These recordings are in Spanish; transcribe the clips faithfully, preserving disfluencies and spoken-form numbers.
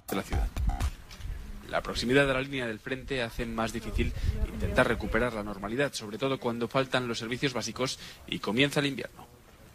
de la ciudad. La proximidad de la línea del frente hace más difícil intentar recuperar la normalidad, sobre todo cuando faltan los servicios básicos y comienza el invierno.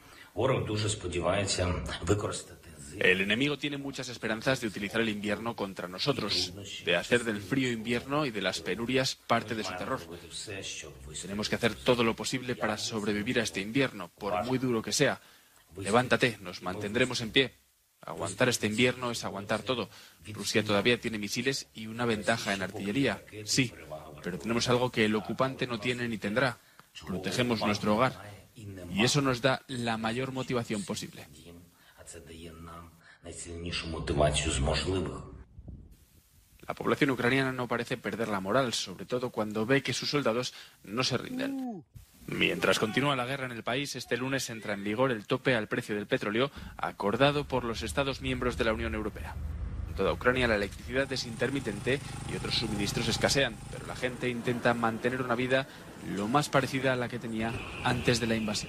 El enemigo tiene muchas esperanzas de utilizar el invierno contra nosotros, de hacer del frío invierno y de las penurias parte de su terror. Tenemos que hacer todo lo posible para sobrevivir a este invierno, por muy duro que sea. Levántate, nos mantendremos en pie. Aguantar este invierno es aguantar todo. Rusia todavía tiene misiles y una ventaja en artillería, sí, pero tenemos algo que el ocupante no tiene ni tendrá. Protegemos nuestro hogar y eso nos da la mayor motivación posible. La población ucraniana no parece perder la moral, sobre todo cuando ve que sus soldados no se rinden. Mientras continúa la guerra en el país, este lunes entra en vigor el tope al precio del petróleo acordado por los Estados miembros de la Unión Europea. En toda Ucrania la electricidad es intermitente y otros suministros escasean, pero la gente intenta mantener una vida lo más parecida a la que tenía antes de la invasión.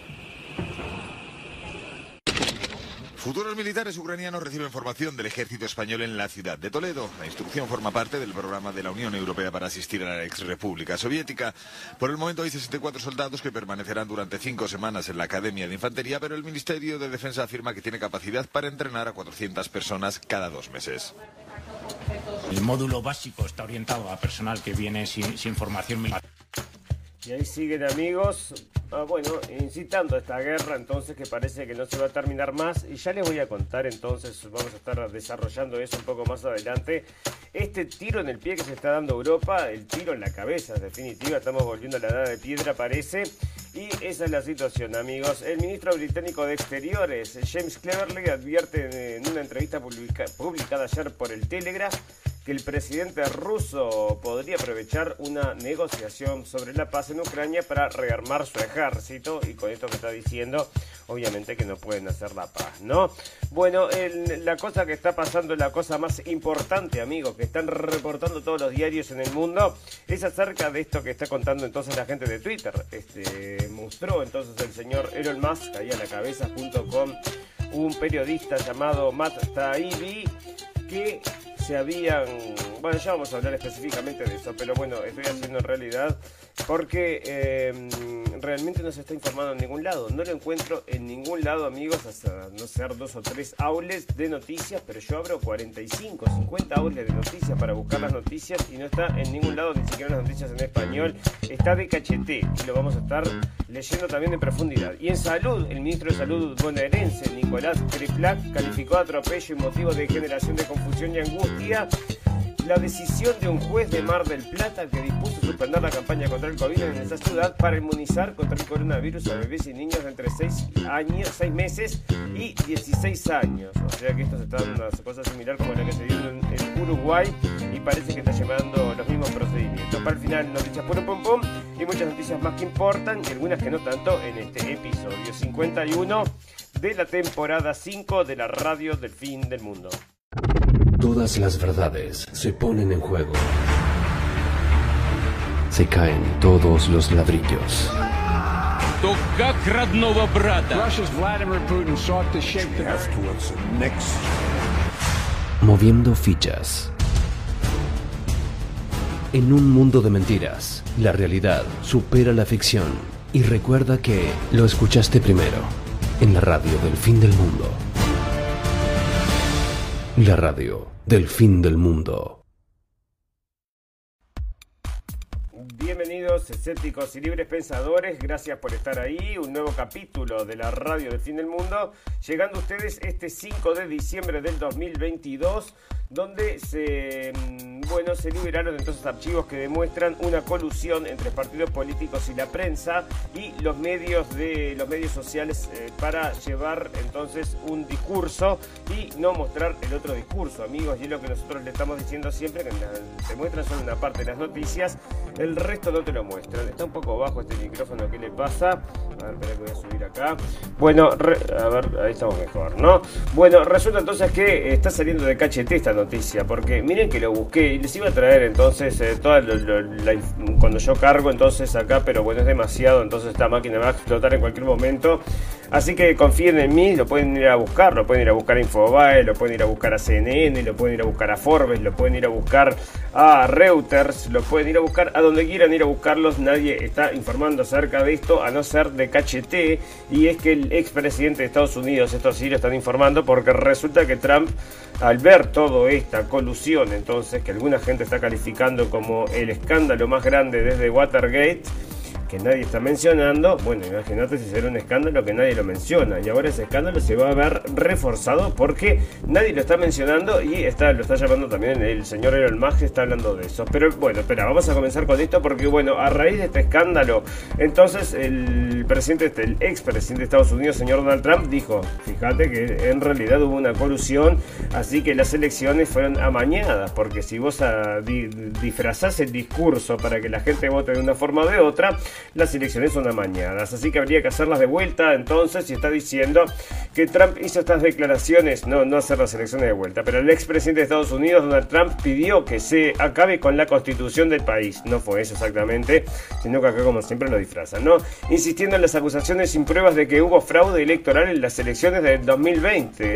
Futuros militares ucranianos reciben formación del ejército español en la ciudad de Toledo. La instrucción forma parte del programa de la Unión Europea para asistir a la exrepública soviética. Por el momento hay sesenta y cuatro soldados que permanecerán durante cinco semanas en la Academia de Infantería, pero el Ministerio de Defensa afirma que tiene capacidad para entrenar a cuatrocientas personas cada dos meses. El módulo básico está orientado a personal que viene sin, sin formación militar. Y ahí siguen, amigos, ah, bueno, incitando a esta guerra, entonces, que parece que no se va a terminar más. Y ya les voy a contar, entonces, vamos a estar desarrollando eso un poco más adelante. Este tiro en el pie que se está dando Europa, el tiro en la cabeza, en definitiva, estamos volviendo a la edad de piedra, parece. Y esa es la situación, amigos. El ministro británico de Exteriores, James Cleverly, advierte en una entrevista publica, publicada ayer por el Telegraph que el presidente ruso podría aprovechar una negociación sobre la paz en Ucrania para rearmar su ejército, y con esto que está diciendo, obviamente que no pueden hacer la paz, ¿no? Bueno, el, la cosa que está pasando, la cosa más importante, amigos, que están reportando todos los diarios en el mundo, es acerca de esto que está contando entonces la gente de Twitter. Este, mostró entonces el señor Elon Musk, ahí a la cabeza punto com, un periodista llamado Matt Taibbi, que se habían... Bueno, ya vamos a hablar específicamente de eso, pero bueno, estoy haciendo en realidad porque eh, realmente no se está informando en ningún lado. No lo encuentro en ningún lado, amigos, hasta no ser dos o tres outlets de noticias, pero yo abro cuarenta y cinco, cincuenta outlets de noticias para buscar las noticias y no está en ningún lado, ni siquiera las noticias en español. Está de cachete y lo vamos a estar leyendo también en profundidad. Y en salud, el ministro de Salud bonaerense, Nicolás Kriplak, calificó de atropello y motivo de generación de confusión y angustia la decisión de un juez de Mar del Plata que dispuso suspender la campaña contra el COVID en esa ciudad para inmunizar contra el coronavirus a bebés y niños de entre seis años, seis meses y dieciséis años. O sea que esto se está dando una cosa similar como la que se dio en, en Uruguay y parece que está llevando los mismos procedimientos. Para el final, noticias puro pum pum y muchas noticias más que importan y algunas que no tanto en este episodio cincuenta y uno de la temporada cinco de la radio del fin del mundo. Todas las verdades se ponen en juego. Se caen todos los ladrillos. Moviendo fichas. En un mundo de mentiras, la realidad supera la ficción. Y recuerda que lo escuchaste primero, en la radio del fin del mundo. La radio del fin del mundo. Bienvenidos, escépticos y libres pensadores, gracias por estar ahí. Un nuevo capítulo de la radio del fin del mundo, llegando a ustedes este cinco de diciembre del dos mil veintidós, donde se, bueno, se liberaron entonces archivos que demuestran una colusión entre partidos políticos y la prensa y los medios de los medios sociales eh, para llevar entonces un discurso y no mostrar el otro discurso, amigos. Y es lo que nosotros le estamos diciendo siempre, que te muestran solo una parte de las noticias, el resto no te lo muestran. Está un poco bajo este micrófono, ¿qué le pasa? A ver, espera que voy a subir acá. Bueno, re, a ver, ahí estamos mejor, ¿no? Bueno, resulta entonces que está saliendo de cachete esta noticia, porque miren que lo busqué y les iba a traer entonces eh, toda lo, lo, la, cuando yo cargo entonces acá, pero bueno, es demasiado, entonces esta máquina va a explotar en cualquier momento. Así que confíen en mí, lo pueden ir a buscar, lo pueden ir a buscar a Infobae, lo pueden ir a buscar a C N N, lo pueden ir a buscar a Forbes, lo pueden ir a buscar a Reuters, lo pueden ir a buscar a donde quieran ir a buscarlos. Nadie está informando acerca de esto, a no ser de Cachete, y es que el expresidente de Estados Unidos, esto sí lo están informando, porque resulta que Trump, al ver toda esta colusión, entonces, que alguna gente está calificando como el escándalo más grande desde Watergate, que nadie está mencionando, bueno, imagínate si será un escándalo que nadie lo menciona, y ahora ese escándalo se va a ver reforzado porque nadie lo está mencionando, y está, lo está llamando también el señor Elon Musk, está hablando de eso. Pero bueno, espera, vamos a comenzar con esto porque bueno, a raíz de este escándalo, entonces el presidente, el expresidente de Estados Unidos, señor Donald Trump, dijo, fíjate que en realidad hubo una colusión, así que las elecciones fueron amañadas, porque si vos a, di, disfrazás el discurso para que la gente vote de una forma o de otra, las elecciones son amañadas, así que habría que hacerlas de vuelta. Entonces, y está diciendo que Trump hizo estas declaraciones, no, no hacer las elecciones de vuelta, pero el expresidente de Estados Unidos, Donald Trump, pidió que se acabe con la constitución del país. No fue eso exactamente, sino que acá como siempre lo disfrazan, ¿no? Insistiendo en las acusaciones sin pruebas de que hubo fraude electoral en las elecciones del dos mil veinte.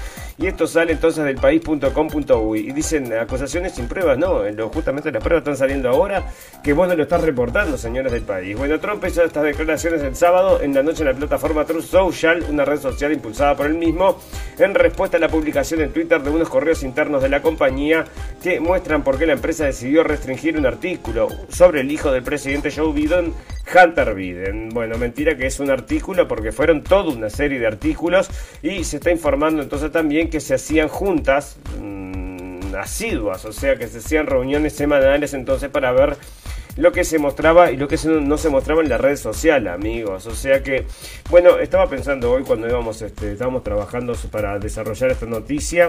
Y esto sale entonces del país punto com punto uy y dicen acusaciones sin pruebas. No, lo, justamente las pruebas están saliendo ahora, que vos no lo estás reportando, señores del país. Bueno, Trump hizo estas declaraciones el sábado en la noche en la plataforma Truth Social, una red social impulsada por él mismo, en respuesta a la publicación en Twitter de unos correos internos de la compañía que muestran por qué la empresa decidió restringir un artículo sobre el hijo del presidente Joe Biden, Hunter Biden. Bueno, mentira que es un artículo, porque fueron toda una serie de artículos, y se está informando entonces también que se hacían juntas mmm, asiduas, o sea que se hacían reuniones semanales entonces para ver lo que se mostraba y lo que no se mostraba en la red social, amigos. O sea que, bueno, estaba pensando hoy cuando íbamos, este, estábamos trabajando para desarrollar esta noticia,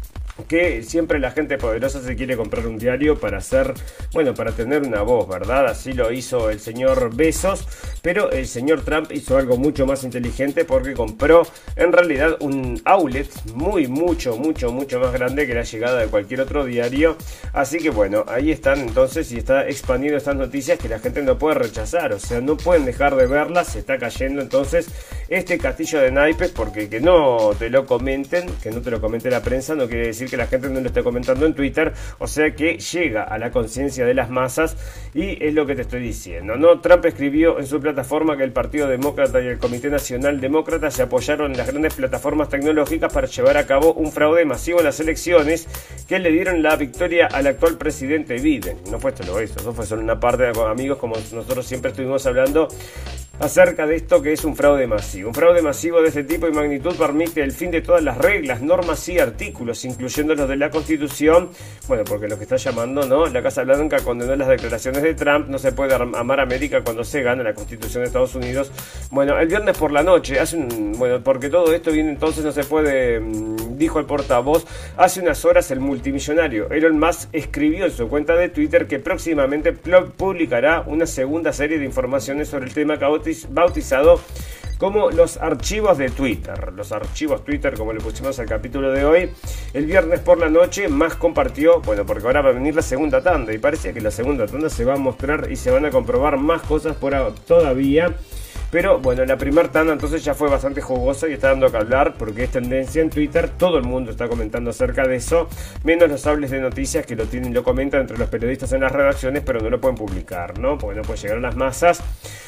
que siempre la gente poderosa se quiere comprar un diario para hacer, bueno, para tener una voz, ¿verdad? Así lo hizo el señor Bezos, pero el señor Trump hizo algo mucho más inteligente, porque compró en realidad un outlet muy, mucho, mucho, mucho más grande que la llegada de cualquier otro diario. Así que bueno, ahí están entonces, y está expandiendo estas noticias que la gente no puede rechazar, o sea, no pueden dejar de verlas. Se está cayendo entonces este castillo de naipes, porque que no te lo comenten, que no te lo comente la prensa, no quiere decir que la gente no lo esté comentando en Twitter, o sea que llega a la conciencia de las masas, y es lo que te estoy diciendo, ¿no? Trump escribió en su plataforma que el Partido Demócrata y el Comité Nacional Demócrata se apoyaron en las grandes plataformas tecnológicas para llevar a cabo un fraude masivo en las elecciones que le dieron la victoria al actual presidente Biden. No fue solo eso, no fue solo una parte de amigos, como nosotros siempre estuvimos hablando acerca de esto, que es un fraude masivo. Un fraude masivo de este tipo y magnitud permite el fin de todas las reglas, normas y artículos, incluyendo los de la Constitución. Bueno, porque lo que está llamando, ¿no? La Casa Blanca condenó las declaraciones de Trump. No se puede amar a América cuando se gana la Constitución de Estados Unidos. Bueno, el viernes por la noche, hace un, bueno, porque todo esto viene entonces, no se puede, dijo el portavoz, hace unas horas el multimillonario Elon Musk escribió en su cuenta de Twitter que próximamente publicará una segunda serie de informaciones sobre el tema caótico bautizado como los archivos de Twitter. Los archivos Twitter, como le pusimos al capítulo de hoy. El viernes por la noche Musk compartió, bueno, porque ahora va a venir la segunda tanda, y parece que la segunda tanda se va a mostrar y se van a comprobar más cosas por todavía. Pero bueno, la primera tanda entonces ya fue bastante jugosa y está dando que hablar, porque es tendencia en Twitter. Todo el mundo está comentando acerca de eso, menos los hables de noticias, que lo tienen, lo comentan entre los periodistas en las redacciones, pero no lo pueden publicar, ¿no? Porque no puede llegar a las masas,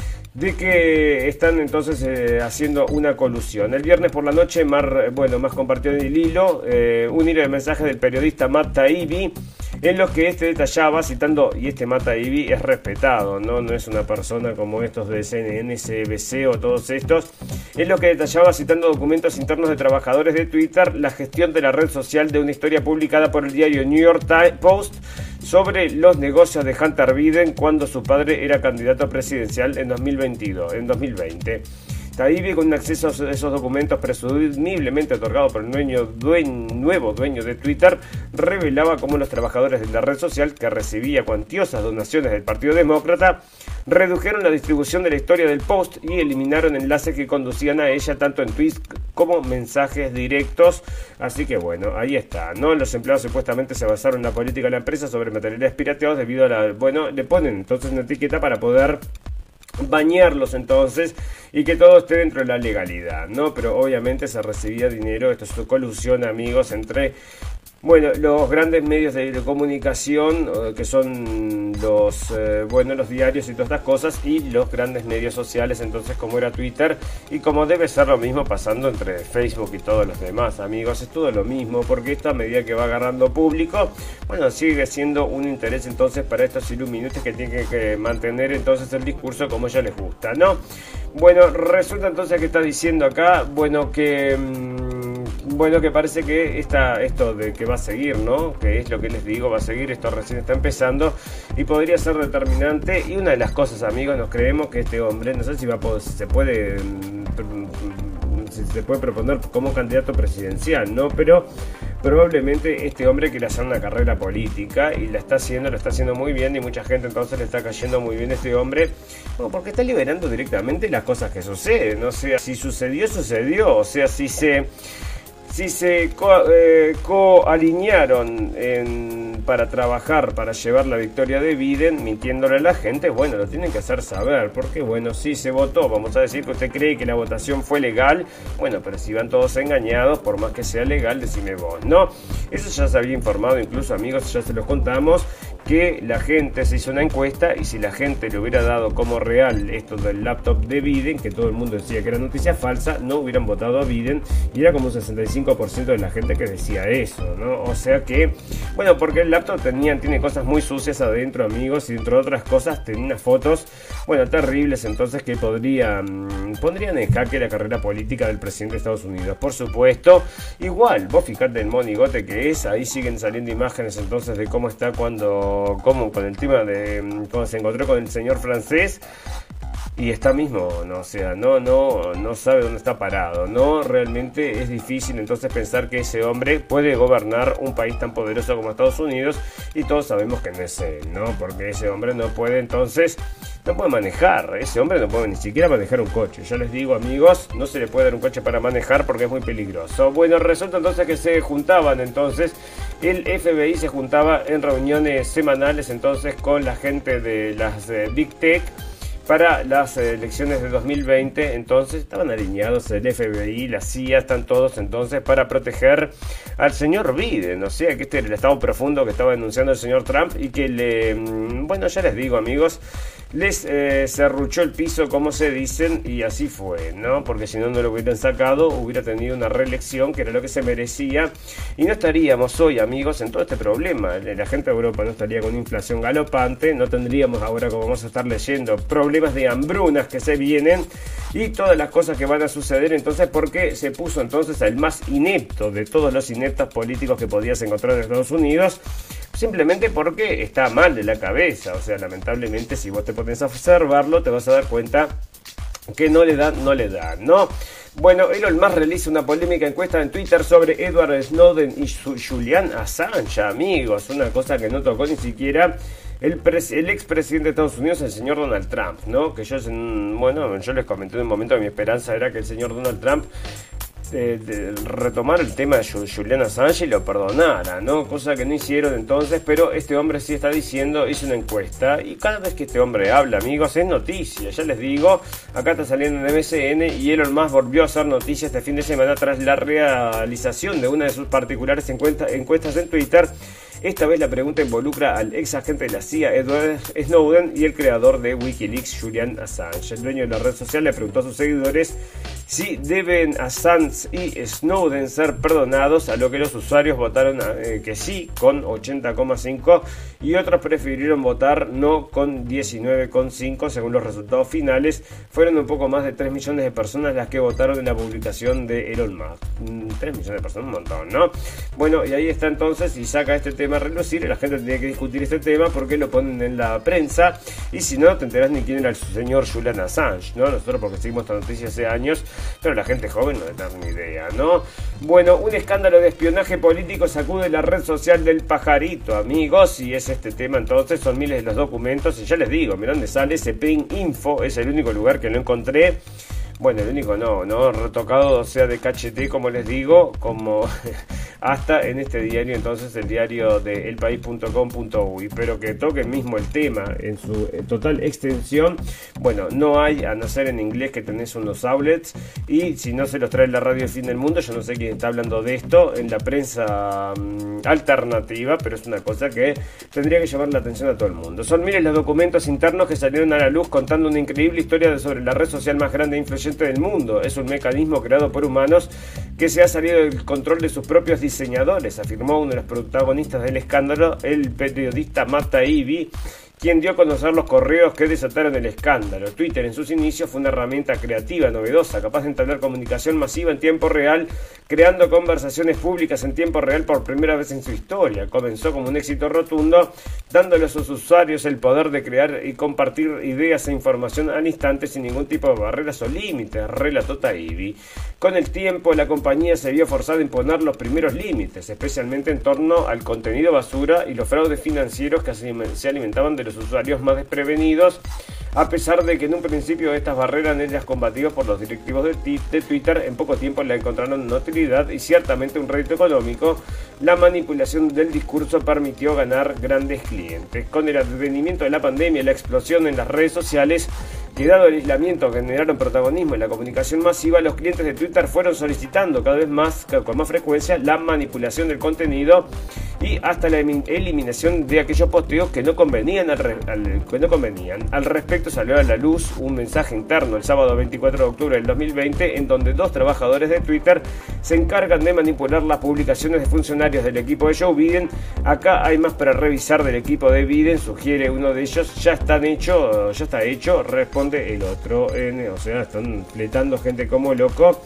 de que están entonces eh, haciendo una colusión. El viernes por la noche, Mar, bueno, más compartió en el hilo eh, un hilo de mensajes del periodista Matt Taibbi, en los que este detallaba, citando, y este Matt Taibbi es respetado, ¿no? No es una persona como estos de C N N, C B C o todos estos, en los que detallaba, citando documentos internos de trabajadores de Twitter, la gestión de la red social de una historia publicada por el diario New York Post sobre los negocios de Hunter Biden cuando su padre era candidato presidencial en dos mil veintidós, en dos mil veinte. Taibbi, con un acceso a esos documentos presumiblemente otorgado por el dueño, dueño, nuevo dueño de Twitter, revelaba cómo los trabajadores de la red social, que recibía cuantiosas donaciones del Partido Demócrata, redujeron la distribución de la historia del post y eliminaron enlaces que conducían a ella tanto en tweets como mensajes directos. Así que bueno, ahí está, ¿no? Los empleados supuestamente se basaron en la política de la empresa sobre materiales pirateados debido a la... Bueno, le ponen entonces una etiqueta para poder bañarlos entonces y que todo esté dentro de la legalidad, ¿no? Pero obviamente se recibía dinero, esto es su colusión, amigos, entre... Bueno, los grandes medios de comunicación, que son los, eh, bueno, los diarios y todas estas cosas, y los grandes medios sociales, entonces como era Twitter, y como debe ser lo mismo pasando entre Facebook y todos los demás, amigos, es todo lo mismo, porque esto a medida que va agarrando público, bueno, sigue siendo un interés entonces para estos iluminantes que tienen que mantener entonces el discurso como a ellos les gusta, ¿no? Bueno, resulta entonces que está diciendo acá, bueno, que... Mmm, Bueno, que parece que esta, esto de que va a seguir, ¿no? Que es lo que les digo, va a seguir, esto recién está empezando y podría ser determinante. Y una de las cosas, amigos, nos creemos que este hombre, no sé si va a poder, si se puede, si se puede proponer como candidato presidencial, ¿no? Pero probablemente este hombre quiera hacer una carrera política y la está haciendo, lo está haciendo muy bien y mucha gente entonces le está cayendo muy bien a este hombre, bueno, porque está liberando directamente las cosas que suceden, o sea, si sucedió, sucedió, o sea, si se... Si se co eh, coalinearon en, para trabajar, para llevar la victoria de Biden, mintiéndole a la gente, bueno, lo tienen que hacer saber, porque bueno, si se votó, vamos a decir que usted cree que la votación fue legal, bueno, pero si van todos engañados, por más que sea legal, decime vos, ¿no? Eso ya se había informado, incluso amigos, ya se los contamos, que la gente se hizo una encuesta y si la gente le hubiera dado como real esto del laptop de Biden, que todo el mundo decía que era noticia falsa, no hubieran votado a Biden y era como un sesenta y cinco por ciento de la gente que decía eso, ¿no? O sea que, bueno, porque el laptop tenía, tiene cosas muy sucias adentro, amigos, y dentro de otras cosas tenía unas fotos, bueno, terribles, entonces que podrían, pondrían en jaque la carrera política del presidente de Estados Unidos, por supuesto. Igual, vos fijate el monigote que es, ahí siguen saliendo imágenes entonces de cómo está cuando como con el tema de cuando se encontró con el señor francés y está mismo, no, o sea, no, no, no sabe dónde está parado, no, realmente es difícil entonces pensar que ese hombre puede gobernar un país tan poderoso como Estados Unidos y todos sabemos que no es él, ¿no? Porque ese hombre no puede entonces, no puede manejar, ese hombre no puede ni siquiera manejar un coche, ya les digo amigos, no se le puede dar un coche para manejar porque es muy peligroso. Bueno, resulta entonces que se juntaban entonces, el F B I se juntaba en reuniones semanales entonces con la gente de las eh, Big Tech, para las elecciones de dos mil veinte, entonces estaban alineados el F B I, la C I A, están todos entonces para proteger al señor Biden, o sea que este era el estado profundo que estaba denunciando el señor Trump y que le, bueno, ya les digo amigos, les eh, serruchó el piso como se dicen y así fue, ¿no? Porque si no, no lo hubieran sacado, hubiera tenido una reelección que era lo que se merecía y no estaríamos hoy amigos en todo este problema, la gente de Europa no estaría con inflación galopante, no tendríamos ahora como vamos a estar leyendo problemas de hambrunas que se vienen y todas las cosas que van a suceder entonces porque se puso entonces al más inepto de todos los ineptos políticos que podías encontrar en Estados Unidos, simplemente porque está mal de la cabeza, o sea, lamentablemente si vos te pones a observarlo te vas a dar cuenta que no le dan, no le dan, ¿no? Bueno, Elon Musk realiza una polémica encuesta en Twitter sobre Edward Snowden y Julian Assange, amigos, una cosa que no tocó ni siquiera el, el expresidente de Estados Unidos, el señor Donald Trump, ¿no? Que yo, bueno, yo les comenté en un momento que mi esperanza era que el señor Donald Trump De, de retomar el tema de Julian Assange y lo perdonara, ¿no? Cosa que no hicieron entonces, pero este hombre sí está diciendo, hizo una encuesta y cada vez que este hombre habla, amigos, es noticia, ya les digo, acá está saliendo en M S N y Elon Musk volvió a hacer noticia este fin de semana tras la realización de una de sus particulares encuestas, encuestas en Twitter. Esta vez la pregunta involucra al ex agente de la C I A, Edward Snowden, y el creador de Wikileaks, Julian Assange. El dueño de la red social le preguntó a sus seguidores si deben Assange y Snowden ser perdonados, a lo que los usuarios votaron eh, que sí, con ochenta coma cinco, y otros prefirieron votar no, con diecinueve coma cinco, según los resultados finales. Fueron un poco más de tres millones de personas las que votaron en la publicación de Elon Musk. tres millones de personas, un montón, ¿no? Bueno, y ahí está entonces, y saca este tema a relucir, y la gente tiene que discutir este tema porque lo ponen en la prensa, y si no, te enterás ni quién era el señor Julian Assange, ¿no? Nosotros porque seguimos esta noticia hace años, pero la gente joven no tiene ni idea, ¿no? Bueno, un escándalo de espionaje político sacude la red social del pajarito, amigos, y es este tema entonces, son miles de los documentos, y ya les digo, mirá dónde sale ese Ping Info, es el único lugar que no encontré. bueno, el único no, no, retocado, o sea, de cachete, como les digo, como hasta en este diario, entonces, el diario de el país punto com punto uy, pero que toque mismo el tema en su total extensión, bueno, no hay, a no ser en inglés, que tenés unos outlets, y si no se los trae la radio El Fin del Mundo, yo no sé quién está hablando de esto, en la prensa um, alternativa, pero es una cosa que tendría que llamar la atención a todo el mundo. Son miles los documentos internos que salieron a la luz contando una increíble historia de sobre la red social más grande e influyente del mundo. Es un mecanismo creado por humanos que se ha salido del control de sus propios diseñadores, afirmó uno de los protagonistas del escándalo, el periodista Matt Taibbi, quien dio a conocer los correos que desataron el escándalo. Twitter en sus inicios fue una herramienta creativa, novedosa, capaz de entablar comunicación masiva en tiempo real, creando conversaciones públicas en tiempo real por primera vez en su historia. Comenzó como un éxito rotundo, dándole a sus usuarios el poder de crear y compartir ideas e información al instante sin ningún tipo de barreras o límites, relató Taibbi. Con el tiempo, la compañía se vio forzada a imponer los primeros límites, especialmente en torno al contenido basura y los fraudes financieros que se alimentaban de los usuarios más desprevenidos, a pesar de que en un principio estas barreras eran las combatidas por los directivos de, de Twitter. En poco tiempo la encontraron notoriedad y ciertamente un rédito económico. La manipulación del discurso permitió ganar grandes clientes. Con el advenimiento de la pandemia y la explosión en las redes sociales, que dado el aislamiento generaron protagonismo en la comunicación masiva, los clientes de Twitter fueron solicitando cada vez más, con más frecuencia, la manipulación del contenido y hasta la eliminación de aquellos posteos que no convenían al, re, al, que no convenían. Al respecto salió a la luz un mensaje interno el sábado veinticuatro de octubre del dos mil veinte, en donde dos trabajadores de Twitter se encargan de manipular las publicaciones de funcionarios del equipo de Joe Biden. Acá hay más para revisar del equipo de Biden, sugiere uno de ellos. Ya están hecho, ya está hecho, responde el otro. Eh, o sea, están fletando gente como loco.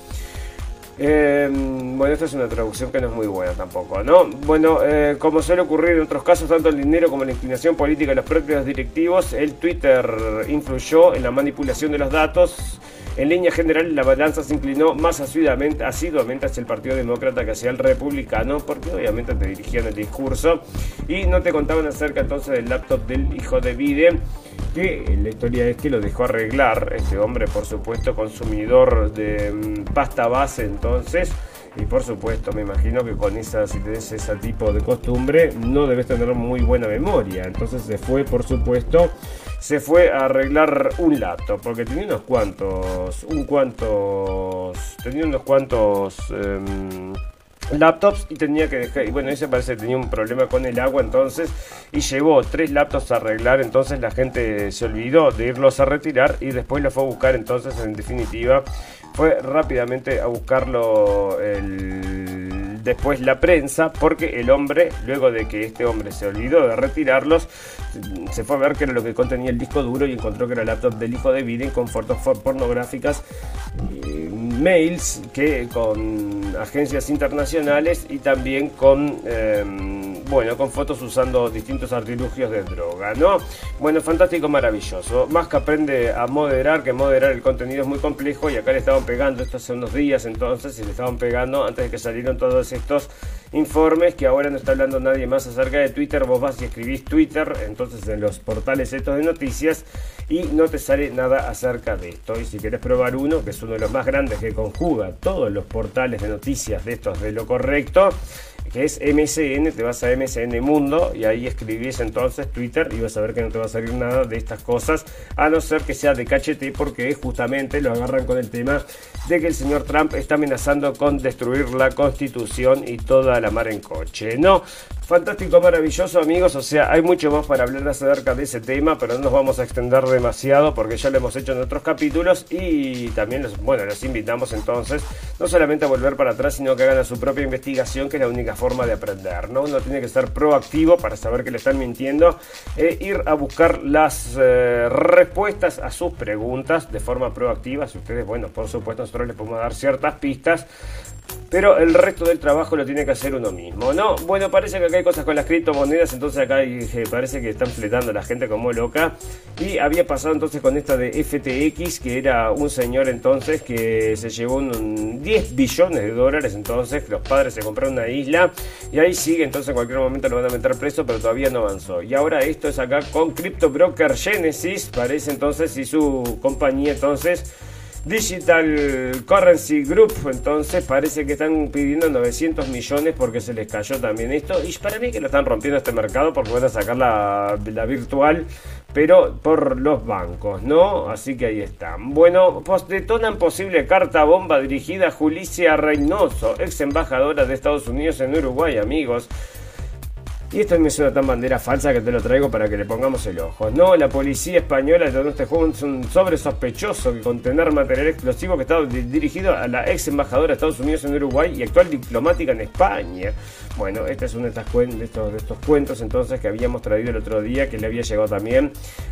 Eh, bueno, esta es una traducción que no es muy buena tampoco, ¿no? Bueno, eh, como suele ocurrir en otros casos, tanto el dinero como la inclinación política de los propios directivos, el Twitter influyó en la manipulación de los datos. En línea general, la balanza se inclinó más asiduamente, asiduamente hacia el Partido Demócrata que hacia el Republicano, porque obviamente te dirigían el discurso y no te contaban acerca entonces del laptop del hijo de Biden, que la historia es que lo dejó arreglar este hombre, por supuesto, consumidor de um, pasta base entonces. Y por supuesto, me imagino que con esa, si tenés ese tipo de costumbre, no debes tener muy buena memoria. Entonces se fue, por supuesto, se fue a arreglar un laptop, porque tenía unos cuantos, un cuantos, tenía unos cuantos eh, laptops y tenía que dejar, y bueno, ese parece que tenía un problema con el agua entonces, y llevó tres laptops a arreglar. Entonces la gente se olvidó de irlos a retirar y después los fue a buscar. Entonces, en definitiva, fue rápidamente a buscarlo el... después la prensa, porque el hombre, luego de que este hombre se olvidó de retirarlos, se fue a ver qué era lo que contenía el disco duro y encontró que era el laptop del hijo de Biden con fotos pornográficas, eh, mails que con agencias internacionales y también con eh, bueno, con fotos usando distintos artilugios de droga, ¿no? Bueno, fantástico, maravilloso. Más que aprende a moderar, que moderar el contenido es muy complejo, y acá le estaban pegando esto hace unos días entonces, y le estaban pegando antes de que salieron todos estos informes, que ahora no está hablando nadie más acerca de Twitter. Vos vas y escribís Twitter entonces en los portales estos de noticias y no te sale nada acerca de esto. Y si querés probar uno, que es uno de los más grandes, que conjuga todos los portales de noticias de estos de Lo Correcto, que es M S N, te vas a M S N Mundo y ahí escribís entonces Twitter y vas a ver que no te va a salir nada de estas cosas, a no ser que sea de cachete, porque justamente lo agarran con el tema de que el señor Trump está amenazando con destruir la Constitución y toda la mar en coche, ¿no? Fantástico, maravilloso, amigos. O sea, hay mucho más para hablar acerca de ese tema, pero no nos vamos a extender demasiado porque ya lo hemos hecho en otros capítulos. Y también los, bueno, los invitamos entonces no solamente a volver para atrás, sino que hagan a su propia investigación, que es la única forma de aprender, ¿no? Uno tiene que ser proactivo para saber que le están mintiendo, e ir a buscar las eh, respuestas a sus preguntas de forma proactiva. Si ustedes, bueno, por supuesto, nosotros les podemos dar ciertas pistas, pero el resto del trabajo lo tiene que hacer uno mismo, ¿no? Bueno, parece que acá hay cosas con las criptomonedas, entonces acá hay, eh, parece que están fletando a la gente como loca. Y había pasado entonces con esta de F T X, que era un señor entonces que se llevó un, un diez billones de dólares. Entonces los padres se compraron una isla y ahí sigue, entonces en cualquier momento lo van a meter preso, pero todavía no avanzó. Y ahora esto es acá con Crypto Broker Genesis, parece entonces, y su compañía entonces Digital Currency Group, entonces parece que están pidiendo novecientos millones porque se les cayó también esto. Y para mí que lo están rompiendo este mercado porque van a sacar la, la virtual, pero por los bancos, ¿no? Así que ahí están. Bueno, pues detonan posible carta bomba dirigida a Julicia Reynoso, ex embajadora de Estados Unidos en Uruguay, amigos. Y esto me suena tan bandera falsa que te lo traigo para que le pongamos el ojo. No, la policía española de este juego es un sobre sospechoso que contener material explosivo que estaba dirigido a la ex embajadora de Estados Unidos en Uruguay y actual diplomática en España. Bueno, este es uno de, estas cuen de, estos, de estos cuentos entonces que habíamos traído el otro día, que le había llegado también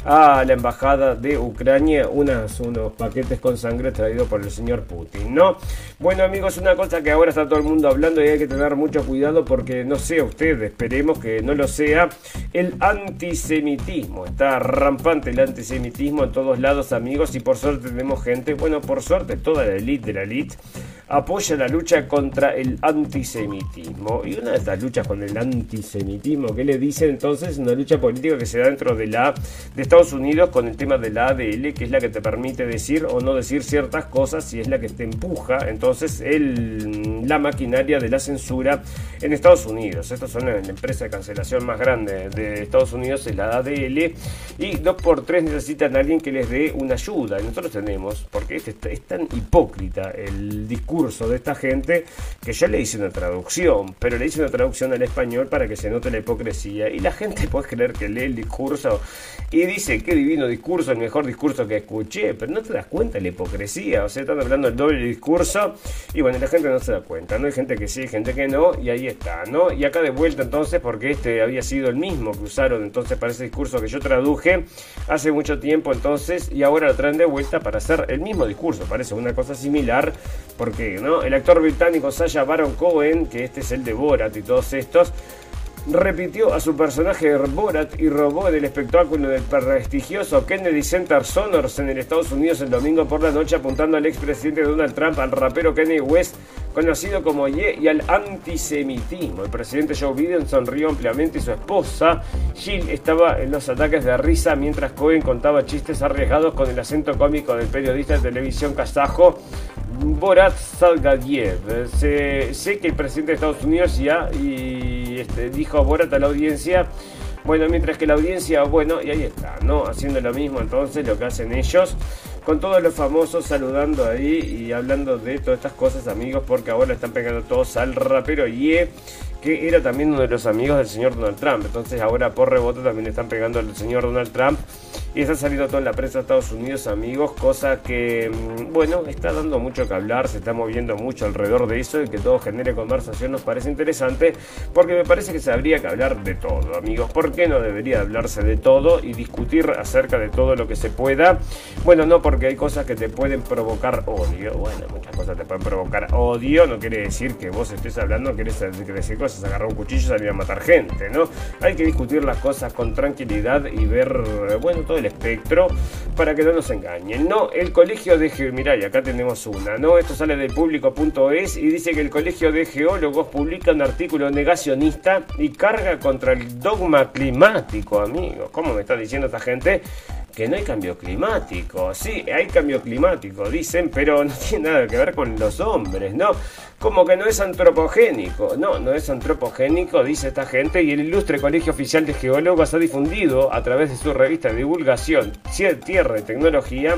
a la embajada de Ucrania unas, unos paquetes con sangre traídos por el señor Putin, ¿no? Bueno, amigos, una cosa que ahora está todo el mundo hablando y hay que tener mucho cuidado porque no sé ustedes, esperemos que no lo sea, el antisemitismo. Está rampante el antisemitismo en todos lados, amigos, y por suerte tenemos gente, bueno, por suerte toda la élite de la élite apoya la lucha contra el antisemitismo. Y una de estas luchas con el antisemitismo, ¿qué le dicen entonces? Una lucha política que se da dentro de la de Estados Unidos con el tema de la A D L, que es la que te permite decir o no decir ciertas cosas y es la que te empuja entonces el, la maquinaria de la censura en Estados Unidos. Estas son las empresas de cancelación más grande de Estados Unidos, es la A D L, y dos por tres necesitan a alguien que les dé una ayuda. Y nosotros tenemos, porque este es tan hipócrita el discurso de esta gente, que yo le hice una traducción, pero le hice una traducción al español para que se note la hipocresía, y la gente puede creer que lee el discurso y dice, qué divino discurso, el mejor discurso que escuché, pero no te das cuenta de la hipocresía, o sea, están hablando del doble discurso, y bueno, la gente no se da cuenta, no hay gente que sí, hay gente que no, y ahí está, ¿no? Y acá de vuelta entonces, porque este había sido el mismo que usaron entonces para ese discurso que yo traduje hace mucho tiempo entonces, y ahora lo traen de vuelta para hacer el mismo discurso, parece una cosa similar, porque ¿no? El actor británico Sacha Baron Cohen, que este es el de Borat y todos estos, repitió a su personaje Borat y robó en el espectáculo del prestigioso Kennedy Center Sonors en el Estados Unidos el domingo por la noche, apuntando al expresidente Donald Trump, al rapero Kanye West, conocido como Ye, y al antisemitismo. El presidente Joe Biden sonrió ampliamente y su esposa Jill estaba en los ataques de risa mientras Cohen contaba chistes arriesgados con el acento cómico del periodista de televisión kazajo Borat Salgadiev. Sé, sé que el presidente de Estados Unidos ya y este, dijo Borat a la audiencia, bueno, mientras que la audiencia, bueno, y ahí está, ¿no? Haciendo lo mismo entonces, lo que hacen ellos, con todos los famosos saludando ahí y hablando de todas estas cosas, amigos, porque ahora están pegando todos al rapero Ye, que era también uno de los amigos del señor Donald Trump. Entonces ahora por rebote también le están pegando al señor Donald Trump y está saliendo todo en la prensa de Estados Unidos, amigos, cosa que, bueno, está dando mucho que hablar, se está moviendo mucho alrededor de eso y que todo genere conversación nos parece interesante, porque me parece que se habría que hablar de todo, amigos. ¿Por qué no debería hablarse de todo y discutir acerca de todo lo que se pueda? Bueno, no, porque hay cosas que te pueden provocar odio. Bueno, muchas cosas te pueden provocar odio, no quiere decir que vos estés hablando, querés decir cosas, agarrar un cuchillo y salir a matar gente, ¿no? Hay que discutir las cosas con tranquilidad y ver, bueno, todo el espectro para que no nos engañen, ¿no? El colegio de Ge- mirá, y acá tenemos una, ¿no? Esto sale del público punto es y dice que el colegio de geólogos publica un artículo negacionista y carga contra el dogma climático, amigos. ¿Cómo me está diciendo esta gente que no hay cambio climático? Sí, hay cambio climático, dicen, pero no tiene nada que ver con los hombres, ¿no? Como que no es antropogénico. No, no es antropogénico, dice esta gente, y el ilustre Colegio Oficial de Geólogos ha difundido a través de su revista de divulgación Tierra y Tecnología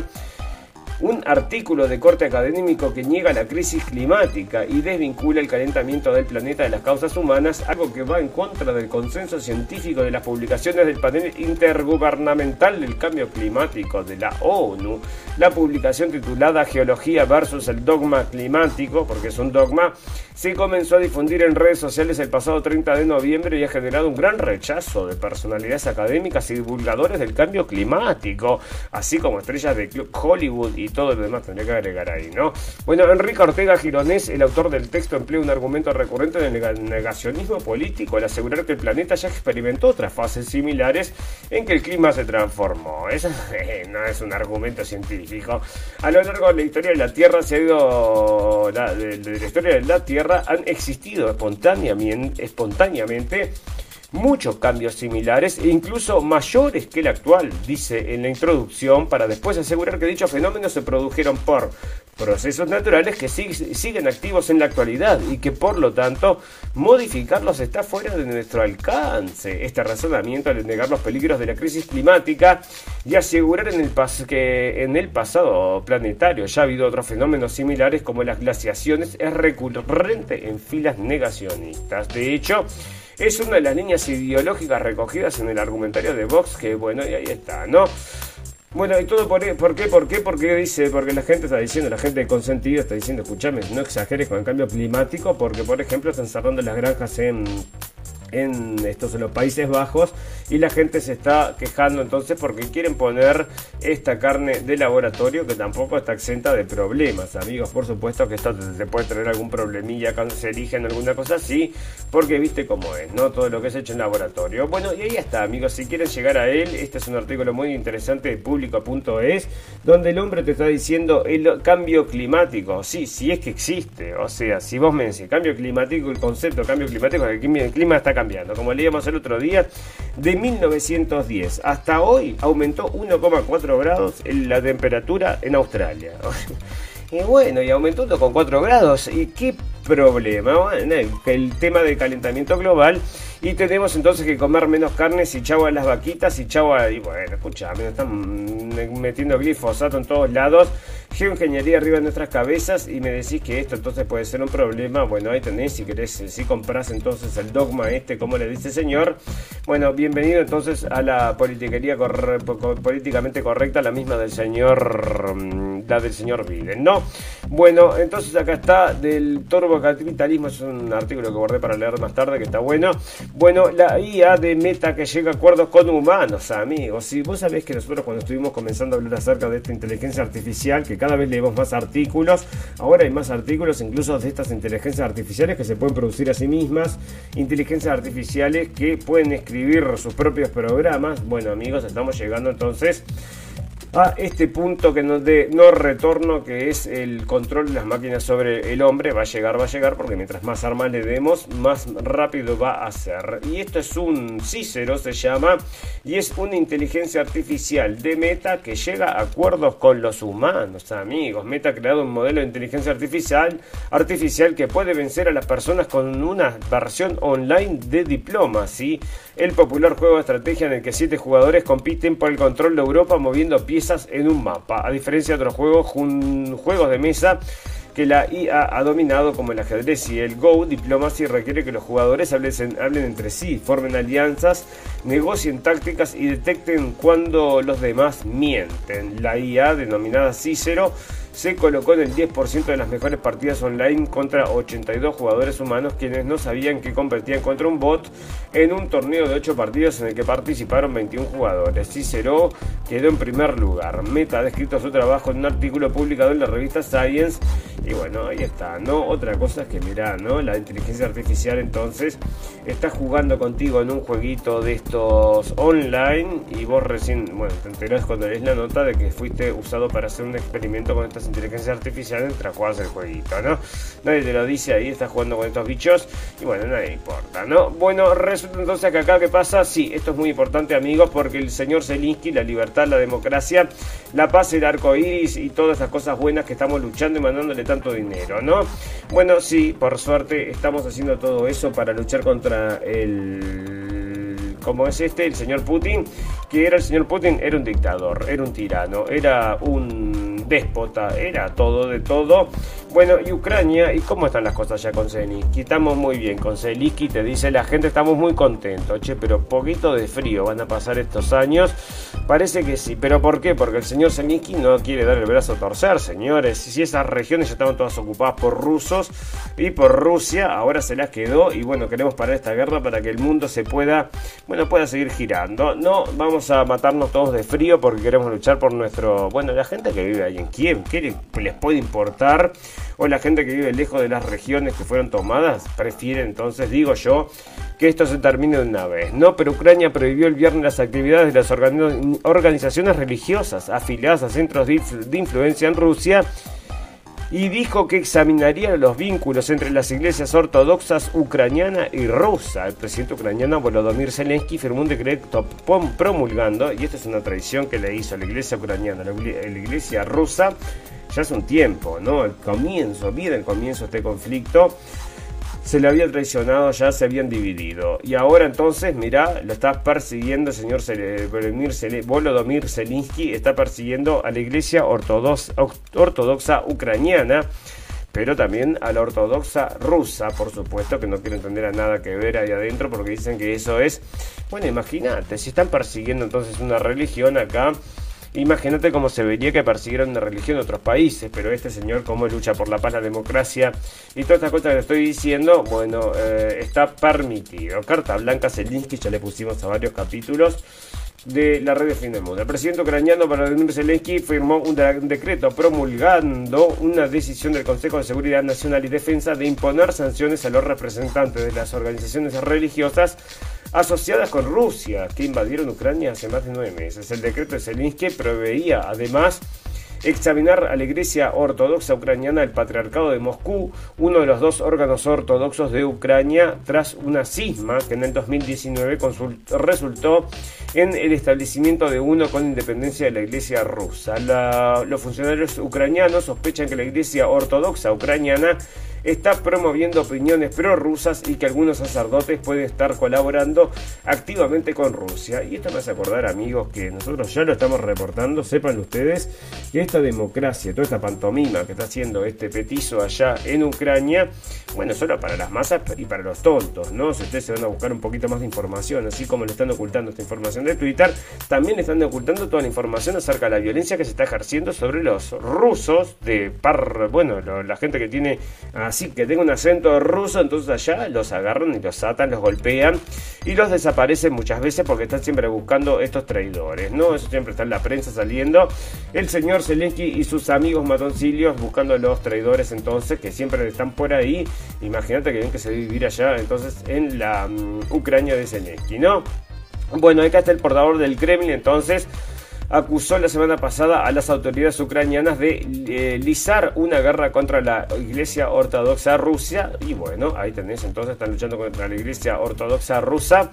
un artículo de corte académico que niega la crisis climática y desvincula el calentamiento del planeta de las causas humanas, algo que va en contra del consenso científico de las publicaciones del panel intergubernamental del cambio climático de la ONU. La publicación titulada Geología versus el dogma climático, porque es un dogma, se comenzó a difundir en redes sociales el pasado treinta de noviembre y ha generado un gran rechazo de personalidades académicas y divulgadores del cambio climático, así como estrellas de Club Hollywood y todo lo demás. Tendría que agregar ahí, ¿no? Bueno, Enrique Ortega Gironés, el autor del texto, emplea un argumento recurrente del negacionismo político al asegurar que el planeta ya experimentó otras fases similares en que el clima se transformó. Eso eh, no es un argumento científico. A lo largo de la historia de la Tierra se ha ido la, de, de la historia de la Tierra han existido espontáneamente, espontáneamente muchos cambios similares e incluso mayores que el actual, dice en la introducción, para después asegurar que dichos fenómenos se produjeron por procesos naturales que sig siguen activos en la actualidad y que por lo tanto modificarlos está fuera de nuestro alcance. Este razonamiento, al negar los peligros de la crisis climática y asegurar en el pas que en el pasado planetario ya ha habido otros fenómenos similares como las glaciaciones, es recurrente en filas negacionistas. De hecho, es una de las líneas ideológicas recogidas en el argumentario de Vox, que bueno, y ahí está, ¿no? Bueno, y todo por, ¿por qué? ¿Por qué? Porque dice, porque la gente está diciendo, la gente de consentido está diciendo, escúchame, no exageres con el cambio climático, porque por ejemplo están cerrando las granjas en... en estos en los Países Bajos y la gente se está quejando entonces porque quieren poner esta carne de laboratorio que tampoco está exenta de problemas, amigos. Por supuesto que esto te puede traer algún problemilla cancerígeno, alguna cosa así, porque viste cómo es, ¿no? Todo lo que es hecho en laboratorio. Bueno, y ahí está, amigos, si quieren llegar a él, este es un artículo muy interesante de público punto es, donde el hombre te está diciendo el cambio climático, sí, sí es que existe, o sea, si vos me decís cambio climático, el concepto de cambio climático es que el clima está cambiando. Cambiando. Como leíamos el otro día, de mil novecientos diez hasta hoy aumentó uno coma cuatro grados en la temperatura en Australia. Y bueno, y aumentó uno coma cuatro grados. ¿Y qué problema? Bueno, el tema del calentamiento global. Y tenemos entonces que comer menos carnes y chau a las vaquitas y chau a... Y bueno, escuchame, están metiendo glifosato en todos lados, geoingeniería arriba de nuestras cabezas y me decís que esto entonces puede ser un problema. Bueno, ahí tenés, si querés, si compras entonces el dogma este, como le dice el señor. Bueno, bienvenido entonces a la politiquería corre, políticamente correcta, la misma del señor, la del señor Biden, ¿no? Bueno, entonces acá está del turbocapitalismo, es un artículo que guardé para leer más tarde, que está bueno. Bueno, la I A de Meta que llega a acuerdos con humanos, amigos. Si vos sabés que nosotros cuando estuvimos comenzando a hablar acerca de esta inteligencia artificial, que cada vez leemos más artículos, ahora hay más artículos incluso de estas inteligencias artificiales que se pueden producir a sí mismas, inteligencias artificiales que pueden escribir sus propios programas. Bueno, amigos, estamos llegando entonces a este punto que no de no retorno, que es el control de las máquinas sobre el hombre. Va a llegar, va a llegar, porque mientras más armas le demos, más rápido va a ser. Y esto es un Cícero, se llama, y es una inteligencia artificial de Meta que llega a acuerdos con los humanos, amigos. Meta ha creado un modelo de inteligencia artificial, artificial que puede vencer a las personas con una versión online de Diplomacy, el popular juego de estrategia en el que siete jugadores compiten por el control de Europa moviendo piezas en un mapa. A diferencia de otros juegos, juegos de mesa que la I A ha dominado, como el ajedrez y el Go, Diplomacy requiere que los jugadores hablen, hablen entre sí, formen alianzas, negocien tácticas y detecten cuando los demás mienten. La I A, denominada Cícero, se colocó en el diez por ciento de las mejores partidas online contra ochenta y dos jugadores humanos, quienes no sabían que competían contra un bot en un torneo de ocho partidos en el que participaron veintiún jugadores. Cícero quedó en primer lugar. Meta ha descrito su trabajo en un artículo publicado en la revista Science. Y bueno, ahí está, ¿no? Otra cosa es que, mirá, ¿no? La inteligencia artificial entonces está jugando contigo en un jueguito de estos online y vos recién, bueno, te enterás cuando lees la nota de que fuiste usado para hacer un experimento con estas inteligencias artificiales mientras jugabas el jueguito, ¿no? Nadie te lo dice ahí, estás jugando con estos bichos y bueno, nadie importa, ¿no? Bueno, resulta entonces que acá, ¿qué pasa? Sí, esto es muy importante, amigos, porque el señor Zelensky, la libertad, la democracia, la paz, el arco iris y todas estas cosas buenas que estamos luchando y mandándole tanto dinero, ¿no? Bueno, sí, por suerte estamos haciendo todo eso para luchar contra el... como es este, el señor Putin, que era el señor Putin, era un dictador, era un tirano, era un déspota, era todo de todo. Bueno, y Ucrania, ¿y cómo están las cosas ya con Zelensky? Estamos muy bien con Zelensky, te dice la gente, estamos muy contentos, che, pero poquito de frío van a pasar estos años, parece que sí, pero ¿por qué? Porque el señor Zelensky no quiere dar el brazo a torcer, señores. Si esas regiones ya estaban todas ocupadas por rusos y por Rusia, ahora se las quedó y bueno, queremos parar esta guerra para que el mundo se pueda, bueno, pueda seguir girando. No vamos a matarnos todos de frío porque queremos luchar por nuestro, bueno, la gente que vive ahí en Kiev, ¿qué les puede importar? O la gente que vive lejos de las regiones que fueron tomadas, prefiere entonces, digo yo, que esto se termine de una vez, ¿no? Pero Ucrania prohibió el viernes las actividades de las organizaciones religiosas afiliadas a centros de influencia en Rusia y dijo que examinaría los vínculos entre las iglesias ortodoxas ucraniana y rusa. El presidente ucraniano Volodymyr Zelensky firmó un decreto promulgando, y esta es una tradición que le hizo la iglesia ucraniana, la iglesia rusa, ya hace un tiempo, ¿no? El comienzo, bien el comienzo de este conflicto, se le había traicionado, ya se habían dividido. Y ahora entonces, mirá, lo está persiguiendo el señor Volodymyr Zelensky, está persiguiendo a la iglesia ortodoxa, ortodoxa ucraniana, pero también a la ortodoxa rusa, por supuesto, que no quieren tener a nada que ver ahí adentro, porque dicen que eso es... Bueno, imagínate, si están persiguiendo entonces una religión acá, imagínate cómo se vería que persiguieran una religión en otros países, pero este señor, cómo lucha por la paz, la democracia y todas estas cosas que le estoy diciendo, bueno, eh, está permitido. Carta blanca Zelensky, ya le pusimos a varios capítulos de la red de Fin del Mundo. El presidente ucraniano Volodymyr Zelensky firmó un, de un decreto promulgando una decisión del Consejo de Seguridad Nacional y Defensa de imponer sanciones a los representantes de las organizaciones religiosas asociadas con Rusia, que invadieron Ucrania hace más de nueve meses. El decreto de Zelensky preveía, además, examinar a la Iglesia Ortodoxa Ucraniana, el Patriarcado de Moscú, uno de los dos órganos ortodoxos de Ucrania, tras una cisma que en el dos mil diecinueve resultó en el establecimiento de uno con independencia de la Iglesia rusa. La, los funcionarios ucranianos sospechan que la Iglesia Ortodoxa Ucraniana está promoviendo opiniones prorrusas y que algunos sacerdotes pueden estar colaborando activamente con Rusia. Y esto me hace acordar, amigos, que nosotros ya lo estamos reportando, sepan ustedes, que esta democracia, toda esta pantomima que está haciendo este petizo allá en Ucrania, bueno, solo para las masas y para los tontos, ¿no? Si ustedes se van a buscar un poquito más de información, así como le están ocultando esta información de Twitter, también le están ocultando toda la información acerca de la violencia que se está ejerciendo sobre los rusos, de par, bueno, lo, la gente que tiene... Así que tenga un acento ruso, entonces allá los agarran y los atan, los golpean y los desaparecen muchas veces porque están siempre buscando estos traidores, ¿no? Eso siempre está en la prensa saliendo. El señor Zelensky y sus amigos matoncillos buscando a los traidores, entonces, que siempre están por ahí. Imagínate que bien que se debe vivir allá, entonces, en la um, Ucrania de Zelensky, ¿no? Bueno, acá está el portador del Kremlin, entonces... acusó la semana pasada a las autoridades ucranianas de eh, lisar una guerra contra la Iglesia Ortodoxa Rusa. Y bueno, ahí tenés, entonces están luchando contra la Iglesia Ortodoxa Rusa.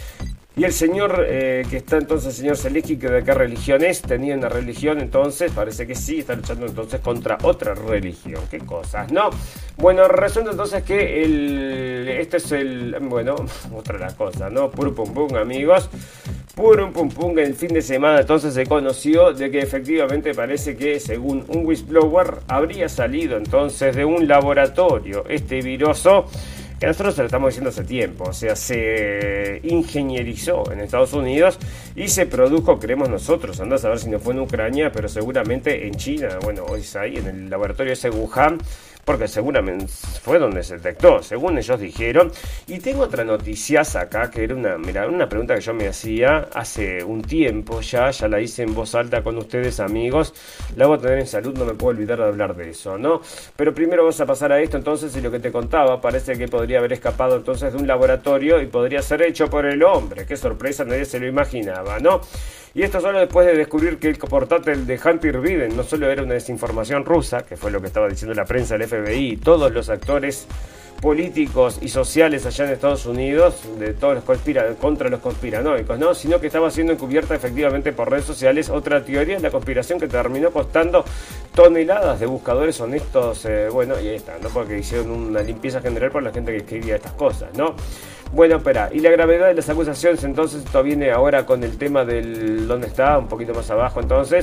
Y el señor, eh, que está entonces, el señor Zelensky, que de qué religión es, tenía una religión, entonces, parece que sí, está luchando entonces contra otra religión. Qué cosas, ¿no? Bueno, resulta entonces que el, este es el, bueno, otra de las cosas, ¿no? Puro pum pum, amigos. Puro pum pum, el fin de semana entonces se conoció de que efectivamente parece que, según un whistleblower, habría salido entonces de un laboratorio este viroso, que nosotros se lo estamos diciendo hace tiempo, o sea, se ingenierizó en Estados Unidos y se produjo, creemos nosotros, andás a ver si no fue en Ucrania, pero seguramente en China, bueno, hoy es ahí, en el laboratorio ese Wuhan, porque seguramente fue donde se detectó, según ellos dijeron. Y tengo otra noticia acá, que era una, mira, una pregunta que yo me hacía hace un tiempo ya, ya la hice en voz alta con ustedes, amigos, la voy a tener en salud, no me puedo olvidar de hablar de eso, ¿no? Pero primero vamos a pasar a esto, entonces, y lo que te contaba, parece que podría haber escapado entonces de un laboratorio y podría ser hecho por el hombre. Qué sorpresa, nadie se lo imaginaba, ¿no? Y esto solo después de descubrir que el portátil de Hunter Biden no solo era una desinformación rusa, que fue lo que estaba diciendo la prensa del F B I y todos los actores políticos y sociales allá en Estados Unidos, de todos los conspira contra los conspiranoicos, ¿no? Sino que estaba siendo encubierta efectivamente por redes sociales otra teoría de la conspiración que terminó costando toneladas de buscadores honestos, eh, bueno, y ahí está, ¿no? Porque hicieron una limpieza general por la gente que escribía estas cosas, ¿no? Bueno, espera, y la gravedad de las acusaciones, entonces, esto viene ahora con el tema del... ¿Dónde está? Un poquito más abajo, entonces...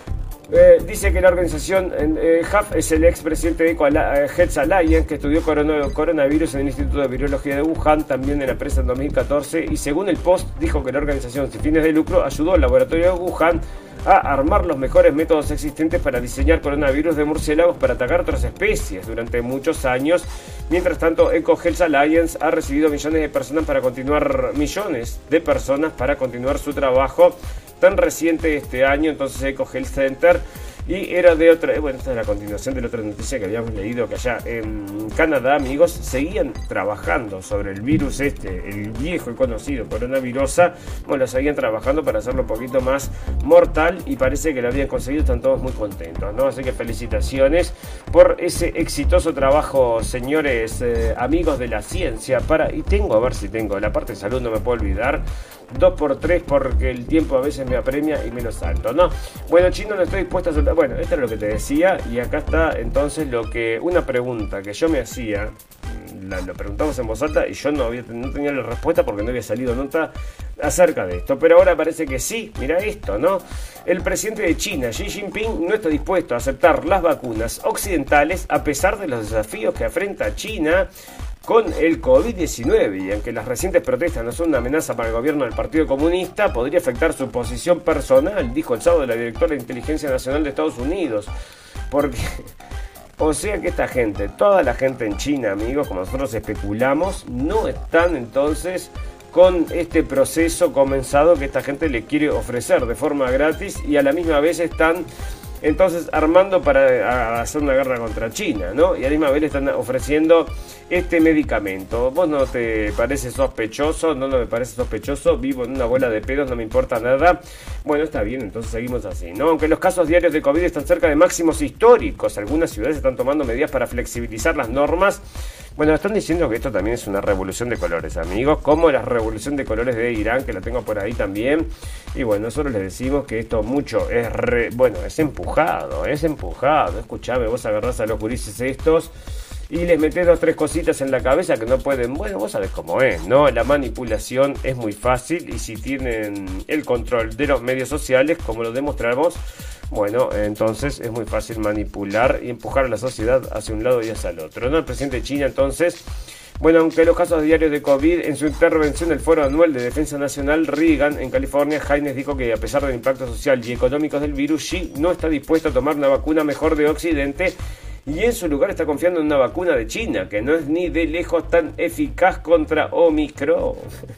Eh, dice que la organización eh, Huff es el expresidente de Health Alliance, que estudió corona, coronavirus en el Instituto de Virología de Wuhan, también en la empresa en dos mil catorce, y según el Post dijo que la organización sin fines de lucro ayudó al laboratorio de Wuhan a armar los mejores métodos existentes para diseñar coronavirus de murciélagos para atacar otras especies durante muchos años. Mientras tanto, Eco Health Alliance ha recibido millones de personas para continuar millones de personas para continuar su trabajo tan reciente este año. Entonces Eco Health Center Y era de otra, bueno, esta es la continuación de la otra noticia que habíamos leído, que allá en Canadá, amigos, seguían trabajando sobre el virus este, el viejo y conocido coronavirus. Bueno, seguían trabajando para hacerlo un poquito más mortal y parece que lo habían conseguido, están todos muy contentos, ¿no? Así que felicitaciones por ese exitoso trabajo, señores eh, amigos de la ciencia. Para, y tengo, a ver si tengo, la parte de salud no me puedo olvidar, dos por tres porque el tiempo a veces me apremia y me lo salto, ¿no? Bueno, chino, no estoy dispuesto a soltar. Bueno, esto es lo que te decía y acá está entonces lo que, una pregunta que yo me hacía, la, lo preguntamos en voz alta y yo no, había, no tenía la respuesta porque no había salido nota acerca de esto, pero ahora parece que sí. Mira esto, ¿no? El presidente de China, Xi Jinping, no está dispuesto a aceptar las vacunas occidentales a pesar de los desafíos que afrenta China con el COVID diecinueve, y aunque las recientes protestas no son una amenaza para el gobierno del Partido Comunista, podría afectar su posición personal, dijo el sábado la directora de Inteligencia Nacional de Estados Unidos. Porque, o sea que esta gente, toda la gente en China, amigos, como nosotros especulamos, no están entonces con este proceso comenzado que esta gente le quiere ofrecer de forma gratis, y a la misma vez están entonces armando para hacer una guerra contra China, ¿no? Y a la misma vez le están ofreciendo este medicamento. ¿Vos no te parece sospechoso? No, no me parece sospechoso. Vivo en una bola de pedos, no me importa nada. Bueno, está bien, entonces seguimos así, ¿no? Aunque los casos diarios de COVID están cerca de máximos históricos, algunas ciudades están tomando medidas para flexibilizar las normas. Bueno, están diciendo que esto también es una revolución de colores, amigos, como la revolución de colores de Irán, que la tengo por ahí también. Y bueno, nosotros les decimos que esto mucho es, re, bueno, es empujado, es empujado. Escuchame, vos agarrás a los gurises estos y les metés dos, tres cositas en la cabeza que no pueden. Bueno, vos sabés cómo es, ¿no? La manipulación es muy fácil y si tienen el control de los medios sociales, como lo demostramos, bueno, entonces es muy fácil manipular y empujar a la sociedad hacia un lado y hacia el otro, ¿no? El presidente de China, entonces, bueno, aunque los casos diarios de COVID, en su intervención del Foro Anual de Defensa Nacional Reagan en California, Haynes dijo que a pesar del impacto social y económico del virus, Xi no está dispuesto a tomar una vacuna mejor de Occidente y en su lugar está confiando en una vacuna de China, que no es ni de lejos tan eficaz contra Omicron.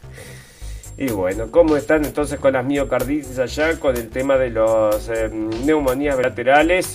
Y bueno, ¿cómo están entonces con las miocarditis allá? Con el tema de los eh, neumonías laterales,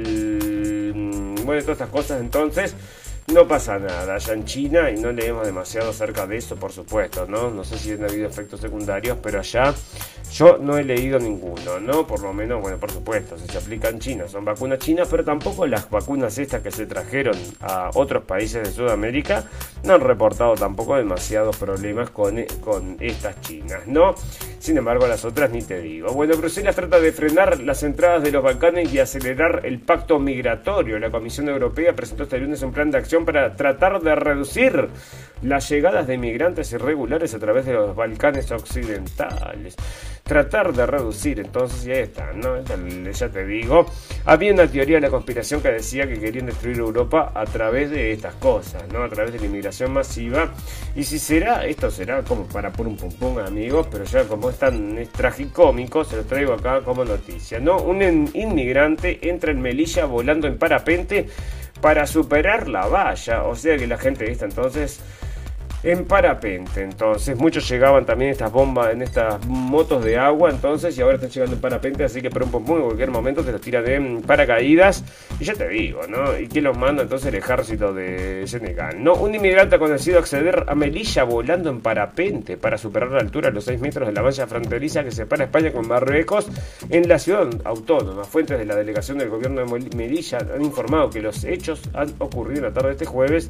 el, bueno, todas estas cosas entonces. No pasa nada allá en China y no leemos demasiado acerca de eso, por supuesto, ¿no? No sé si han habido efectos secundarios, pero allá yo no he leído ninguno, ¿no? Por lo menos, bueno, por supuesto, si se aplica en China son vacunas chinas, pero tampoco las vacunas estas que se trajeron a otros países de Sudamérica no han reportado tampoco demasiados problemas con, con estas chinas, ¿no? Sin embargo, las otras ni te digo. Bueno, Bruselas trata de frenar las entradas de los Balcanes y acelerar el pacto migratorio. La Comisión Europea presentó este lunes un plan de acción para tratar de reducir las llegadas de migrantes irregulares a través de los Balcanes occidentales. Tratar de reducir, entonces, y ahí está, ¿no? Ya te digo, había una teoría de la conspiración que decía que querían destruir Europa a través de estas cosas, ¿no? A través de la inmigración masiva. Y si será, esto será como para pum pum pum, amigos, pero ya como es tan es tragicómico, se lo traigo acá como noticia, ¿no? Un inmigrante entra en Melilla volando en parapente para superar la valla, o sea que la gente esta entonces en parapente, entonces muchos llegaban también estas bombas en estas motos de agua, entonces, y ahora están llegando en parapente, así que por un poco en cualquier momento te los tiran de paracaídas, y ya te digo, ¿no? ¿Y quién los manda entonces? El ejército de Senegal, ¿no? Un inmigrante ha conseguido acceder a Melilla volando en parapente para superar la altura de los seis metros de la valla fronteriza que separa España con Marruecos en la ciudad autónoma. Fuentes de la delegación del gobierno de Melilla han informado que los hechos han ocurrido la tarde de este jueves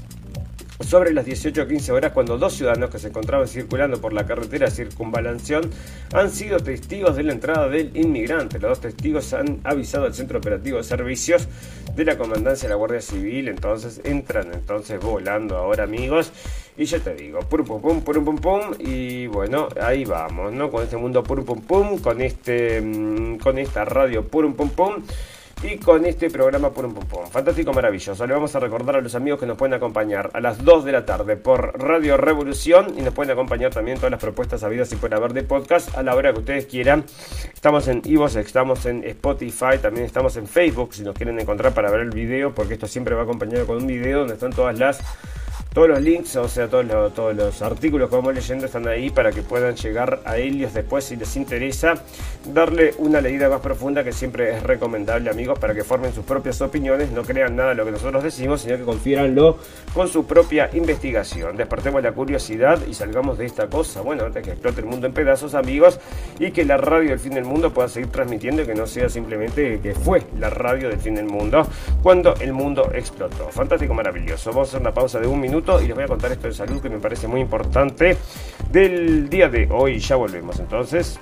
sobre las dieciocho a quince horas, cuando dos ciudadanos que se encontraban circulando por la carretera Circunvalación han sido testigos de la entrada del inmigrante. Los dos testigos han avisado al Centro Operativo de Servicios de la Comandancia de la Guardia Civil. Entonces entran entonces volando ahora, amigos, y ya te digo, pum pum pum, pum pum pum, y bueno, ahí vamos, ¿no? Con este mundo pum pum pum, con este con esta radio pum pum pum. Y con este programa Purum Pum Pum, fantástico, maravilloso. Le vamos a recordar a los amigos que nos pueden acompañar a las dos de la tarde por Radio Revolución. Y nos pueden acompañar también todas las propuestas habidas y por haber de podcast a la hora que ustedes quieran. Estamos en iVoox, estamos en Spotify, también estamos en Facebook si nos quieren encontrar para ver el video, porque esto siempre va acompañado con un video donde están todas las Todos los links, o sea, todos los, todos los artículos que vamos leyendo están ahí para que puedan llegar a ellos después si les interesa. Darle una leída más profunda, que siempre es recomendable, amigos, para que formen sus propias opiniones. No crean nada de lo que nosotros decimos, sino que confiéranlo con su propia investigación. Despertemos la curiosidad y salgamos de esta cosa. Bueno, antes que explote el mundo en pedazos, amigos, y que la radio del fin del mundo pueda seguir transmitiendo y que no sea simplemente que fue la radio del fin del mundo cuando el mundo explotó. Fantástico, maravilloso. Vamos a hacer una pausa de un minuto y les voy a contar esto de salud que me parece muy importante del día de hoy. Ya volvemos entonces.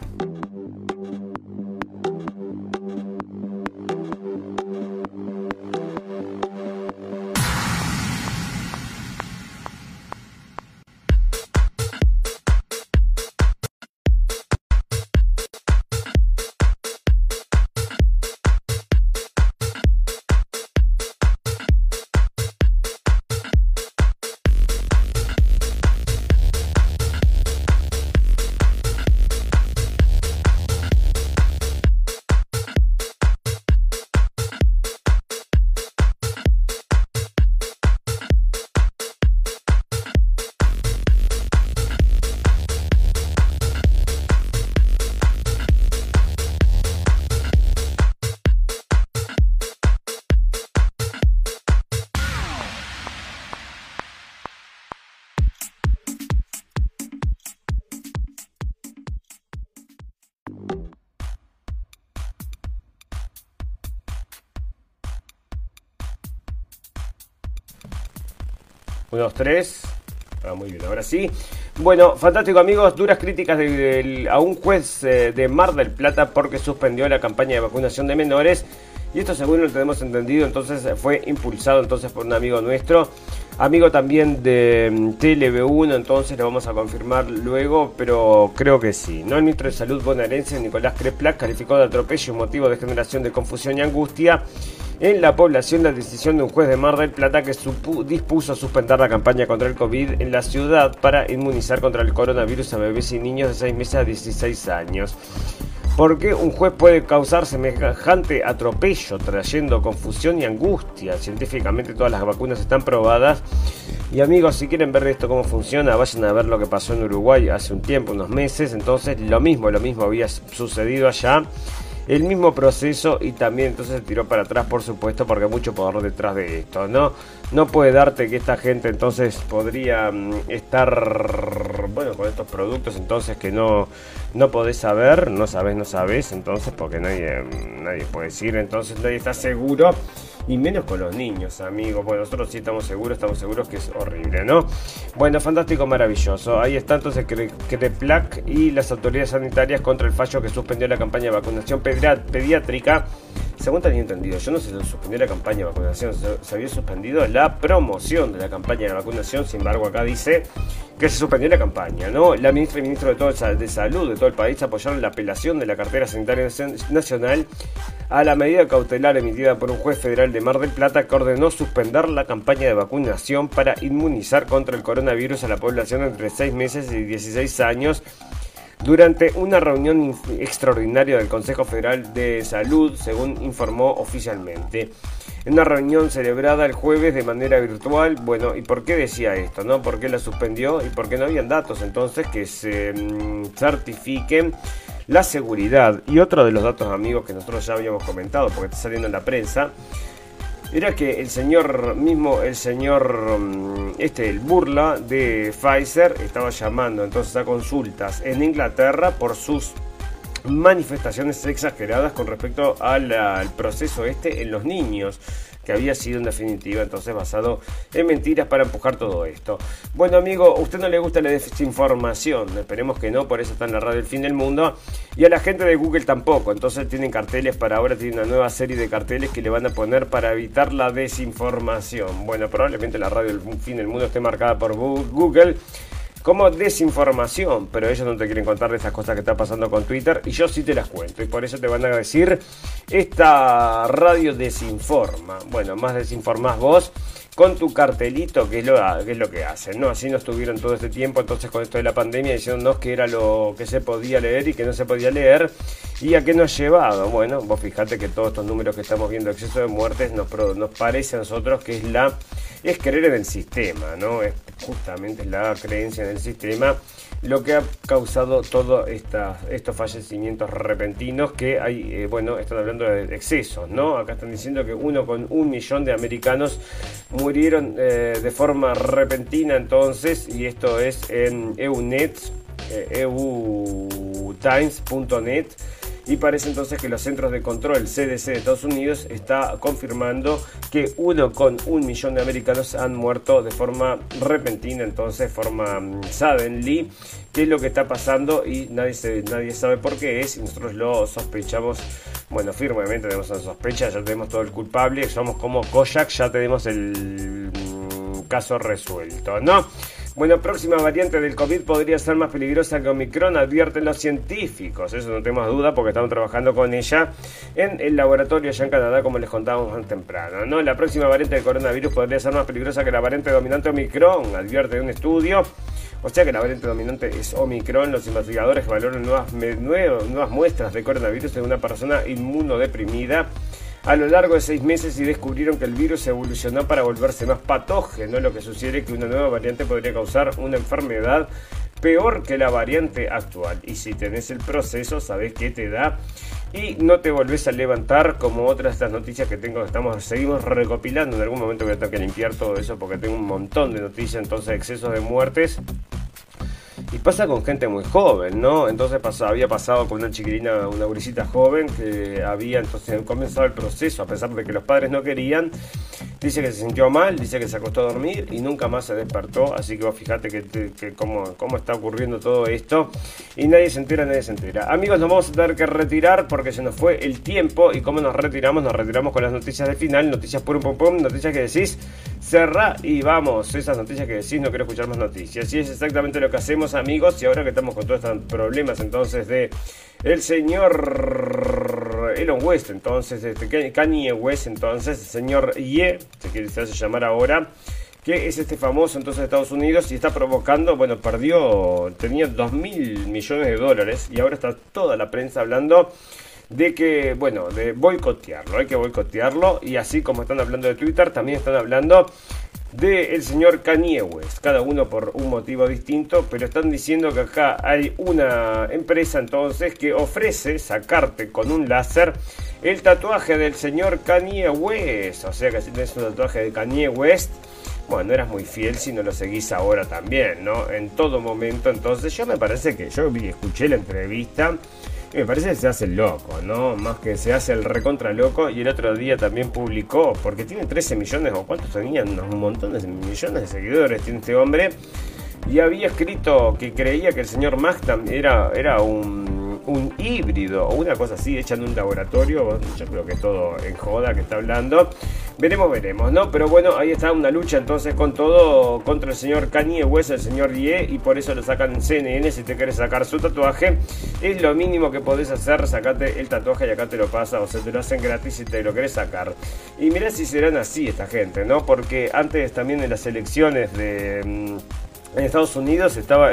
uno, dos, tres. Ah, muy bien, ahora sí. Bueno, fantástico, amigos. Duras críticas de, de, a un juez eh, de Mar del Plata porque suspendió la campaña de vacunación de menores. Y esto, según lo tenemos entendido, entonces fue impulsado entonces por un amigo nuestro, amigo también de T L V uno, entonces lo vamos a confirmar luego, pero creo que sí, ¿no? El ministro de Salud bonaerense, Nicolás Creplac, calificó de atropello y motivo de generación de confusión y angustia en la población la decisión de un juez de Mar del Plata que supu- dispuso suspender la campaña contra el COVID en la ciudad para inmunizar contra el coronavirus a bebés y niños de seis meses a dieciséis años. ¿Por qué un juez puede causar semejante atropello trayendo confusión y angustia? Científicamente todas las vacunas están probadas. Y amigos, si quieren ver esto cómo funciona, vayan a ver lo que pasó en Uruguay hace un tiempo, unos meses. Entonces lo mismo, lo mismo había sucedido allá. El mismo proceso y también entonces se tiró para atrás, por supuesto, porque hay mucho poder detrás de esto, ¿no? No puede darte que esta gente entonces podría estar, bueno, con estos productos entonces que no, no podés saber, no sabés, no sabés, entonces porque nadie, nadie puede decir, entonces nadie está seguro. Y menos con los niños, amigos. Bueno, nosotros sí estamos seguros, estamos seguros que es horrible, ¿no? Bueno, fantástico, maravilloso. Ahí está entonces Creplac y las autoridades sanitarias contra el fallo que suspendió la campaña de vacunación pediátrica. Según tenía entendido, yo no sé si se suspendió la campaña de vacunación, se había suspendido la promoción de la campaña de vacunación. Sin embargo, acá dice que se suspendió la campaña, ¿no? La ministra y ministro de, todo, de Salud de todo el país apoyaron la apelación de la cartera sanitaria nacional a la medida cautelar emitida por un juez federal de Mar del Plata que ordenó suspender la campaña de vacunación para inmunizar contra el coronavirus a la población entre seis meses y dieciséis años durante una reunión extraordinaria del Consejo Federal de Salud, según informó oficialmente. En una reunión celebrada el jueves de manera virtual. Bueno, ¿y por qué decía esto, no? ¿Por qué la suspendió? Y por qué no habían datos entonces que se mmm, certifiquen la seguridad. Y otro de los datos, amigos, que nosotros ya habíamos comentado porque está saliendo en la prensa, era que el señor mismo, el señor este, el Burla de Pfizer, estaba llamando entonces a consultas en Inglaterra por sus manifestaciones exageradas con respecto al, al proceso este en los niños, que había sido en definitiva entonces basado en mentiras para empujar todo esto. Bueno, amigo, ¿a usted no le gusta la desinformación? Esperemos que no, por eso está en la radio El Fin del Mundo. Y a la gente de Google tampoco, entonces tienen carteles para ahora, tienen una nueva serie de carteles que le van a poner para evitar la desinformación. Bueno, probablemente la radio El Fin del Mundo esté marcada por Google como desinformación, pero ellos no te quieren contar de esas cosas que está pasando con Twitter y yo sí te las cuento, y por eso te van a decir esta radio desinforma. Bueno, más desinformás vos con tu cartelito, que es lo que, es lo que hacen, ¿no? Así no estuvieron todo este tiempo entonces con esto de la pandemia diciéndonos que era lo que se podía leer y que no se podía leer. ¿Y a qué nos ha llevado? Bueno, vos fijate que todos estos números que estamos viendo, exceso de muertes, nos, nos parece a nosotros que es la es creer en el sistema, ¿no? Es justamente la creencia en el sistema lo que ha causado todos estos fallecimientos repentinos que hay, eh, bueno, están hablando de excesos, ¿no? Acá están diciendo que uno con un millón de americanos murieron eh, de forma repentina entonces, y esto es en EUNet, eh, E U Times punto net. Y parece entonces que los centros de control, C D C de Estados Unidos, está confirmando que uno con un millón de americanos han muerto de forma repentina, entonces forma um, suddenly, qué es lo que está pasando y nadie, se, nadie sabe por qué es, y nosotros lo sospechamos, bueno, firmemente tenemos una sospecha, ya tenemos todo el culpable, somos como Kojak, ya tenemos el um, caso resuelto, ¿no? Bueno, próxima variante del COVID podría ser más peligrosa que Omicron, advierten los científicos. Eso no tenemos duda porque estamos trabajando con ella en el laboratorio allá en Canadá, como les contábamos más temprano, ¿no? La próxima variante del coronavirus podría ser más peligrosa que la variante dominante Omicron, advierte un estudio. O sea que la variante dominante es Omicron. Los investigadores valoran nuevas, nuevas, nuevas muestras de coronavirus en una persona inmunodeprimida a lo largo de seis meses y descubrieron que el virus evolucionó para volverse más patógeno, lo que sugiere que una nueva variante podría causar una enfermedad peor que la variante actual. Y si tenés el proceso, sabés qué te da y no te volvés a levantar como otras de estas noticias que tengo, estamos, seguimos recopilando. En algún momento voy a tener que limpiar todo eso porque tengo un montón de noticias, entonces excesos de muertes. Y pasa con gente muy joven, ¿no? Entonces pasó, había pasado con una chiquilina, una gurisita joven que había entonces comenzado el proceso a pesar de que los padres no querían. Dice que se sintió mal, dice que se acostó a dormir y nunca más se despertó. Así que vos fijate que, que cómo, cómo está ocurriendo todo esto. Y nadie se entera, nadie se entera. Amigos, nos vamos a tener que retirar porque se nos fue el tiempo. ¿Y cómo nos retiramos? Nos retiramos con las noticias del final. Noticias pum pum pum, noticias que decís, cerrá y vamos. Esas noticias que decís, no quiero escuchar más noticias. Y es exactamente lo que hacemos, amigos. Y ahora que estamos con todos estos problemas entonces de el señor Elon West, entonces este Kanye West, entonces el señor Ye, que se hace llamar ahora, que es este famoso entonces de Estados Unidos y está provocando, bueno, perdió, tenía dos mil millones de dólares y ahora está toda la prensa hablando de que, bueno, de boicotearlo, hay que boicotearlo. Y así como están hablando de Twitter, también están hablando del señor Kanye West, cada uno por un motivo distinto, pero están diciendo que acá hay una empresa entonces que ofrece sacarte con un láser el tatuaje del señor Kanye West. O sea que si tenés un tatuaje de Kanye West, bueno, eras muy fiel si no lo seguís ahora también, ¿no? En todo momento. Entonces yo me parece que yo vi, escuché la entrevista y me parece que se hace el loco, ¿no? Más que se hace el recontra loco. Y el otro día también publicó, porque tiene trece millones o cuántos tenían, un montón de millones de seguidores tiene este hombre. Y había escrito que creía que el señor Musk era, era un, un híbrido o una cosa así, hecha en un laboratorio. Yo creo que todo en joda que está hablando. Veremos, veremos, ¿no? Pero bueno, ahí está una lucha entonces con todo contra el señor Kanye West, el señor Ye, y por eso lo sacan en C N N. Si te quieres sacar su tatuaje, es lo mínimo que podés hacer, sacate el tatuaje y acá te lo pasa, o sea, te lo hacen gratis si te lo querés sacar. Y mirá si serán así esta gente, ¿no? Porque antes también en las elecciones de en Estados Unidos estaba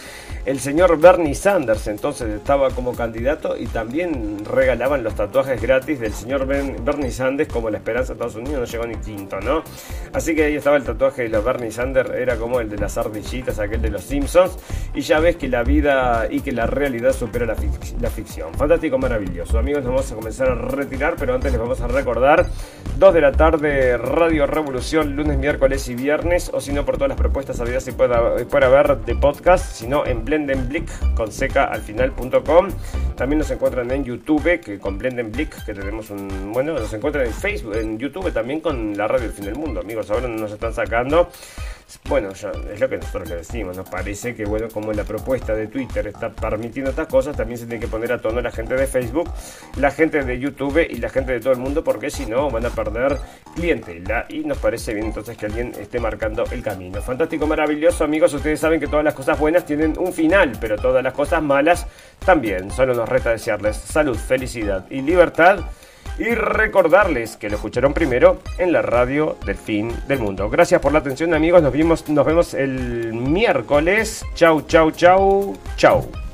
el señor Bernie Sanders, entonces estaba como candidato y también regalaban los tatuajes gratis del señor ben, Bernie Sanders, como la esperanza de Estados Unidos no llegó ni quinto, ¿no? Así que ahí estaba el tatuaje de los Bernie Sanders, era como el de las ardillitas, aquel de los Simpsons, y ya ves que la vida y que la realidad supera la, fic la ficción. Fantástico, maravilloso. Amigos, nos vamos a comenzar a retirar, pero antes les vamos a recordar, dos de la tarde, Radio Revolución, lunes, miércoles y viernes, o si no, por todas las propuestas habidas y pueda, pueda haber de podcast, si no, en Blendenblick con seca al final punto com. También nos encuentran en YouTube, que con Blendenblick, que tenemos un, bueno, nos encuentran en Facebook, en YouTube también con la Radio El Fin del Mundo, amigos. Ahora nos están sacando. Bueno, ya es lo que nosotros le decimos, nos parece que, bueno, como la propuesta de Twitter está permitiendo estas cosas, también se tiene que poner a tono la gente de Facebook, la gente de YouTube y la gente de todo el mundo, porque si no van a perder clientela y nos parece bien entonces que alguien esté marcando el camino. Fantástico, maravilloso, amigos. Ustedes saben que todas las cosas buenas tienen un final, pero todas las cosas malas también. Solo nos resta desearles salud, felicidad y libertad. Y recordarles que lo escucharon primero en la radio del fin del mundo. Gracias por la atención, amigos. Nos vemos, nos vemos el miércoles. Chau, chau, chau, chau.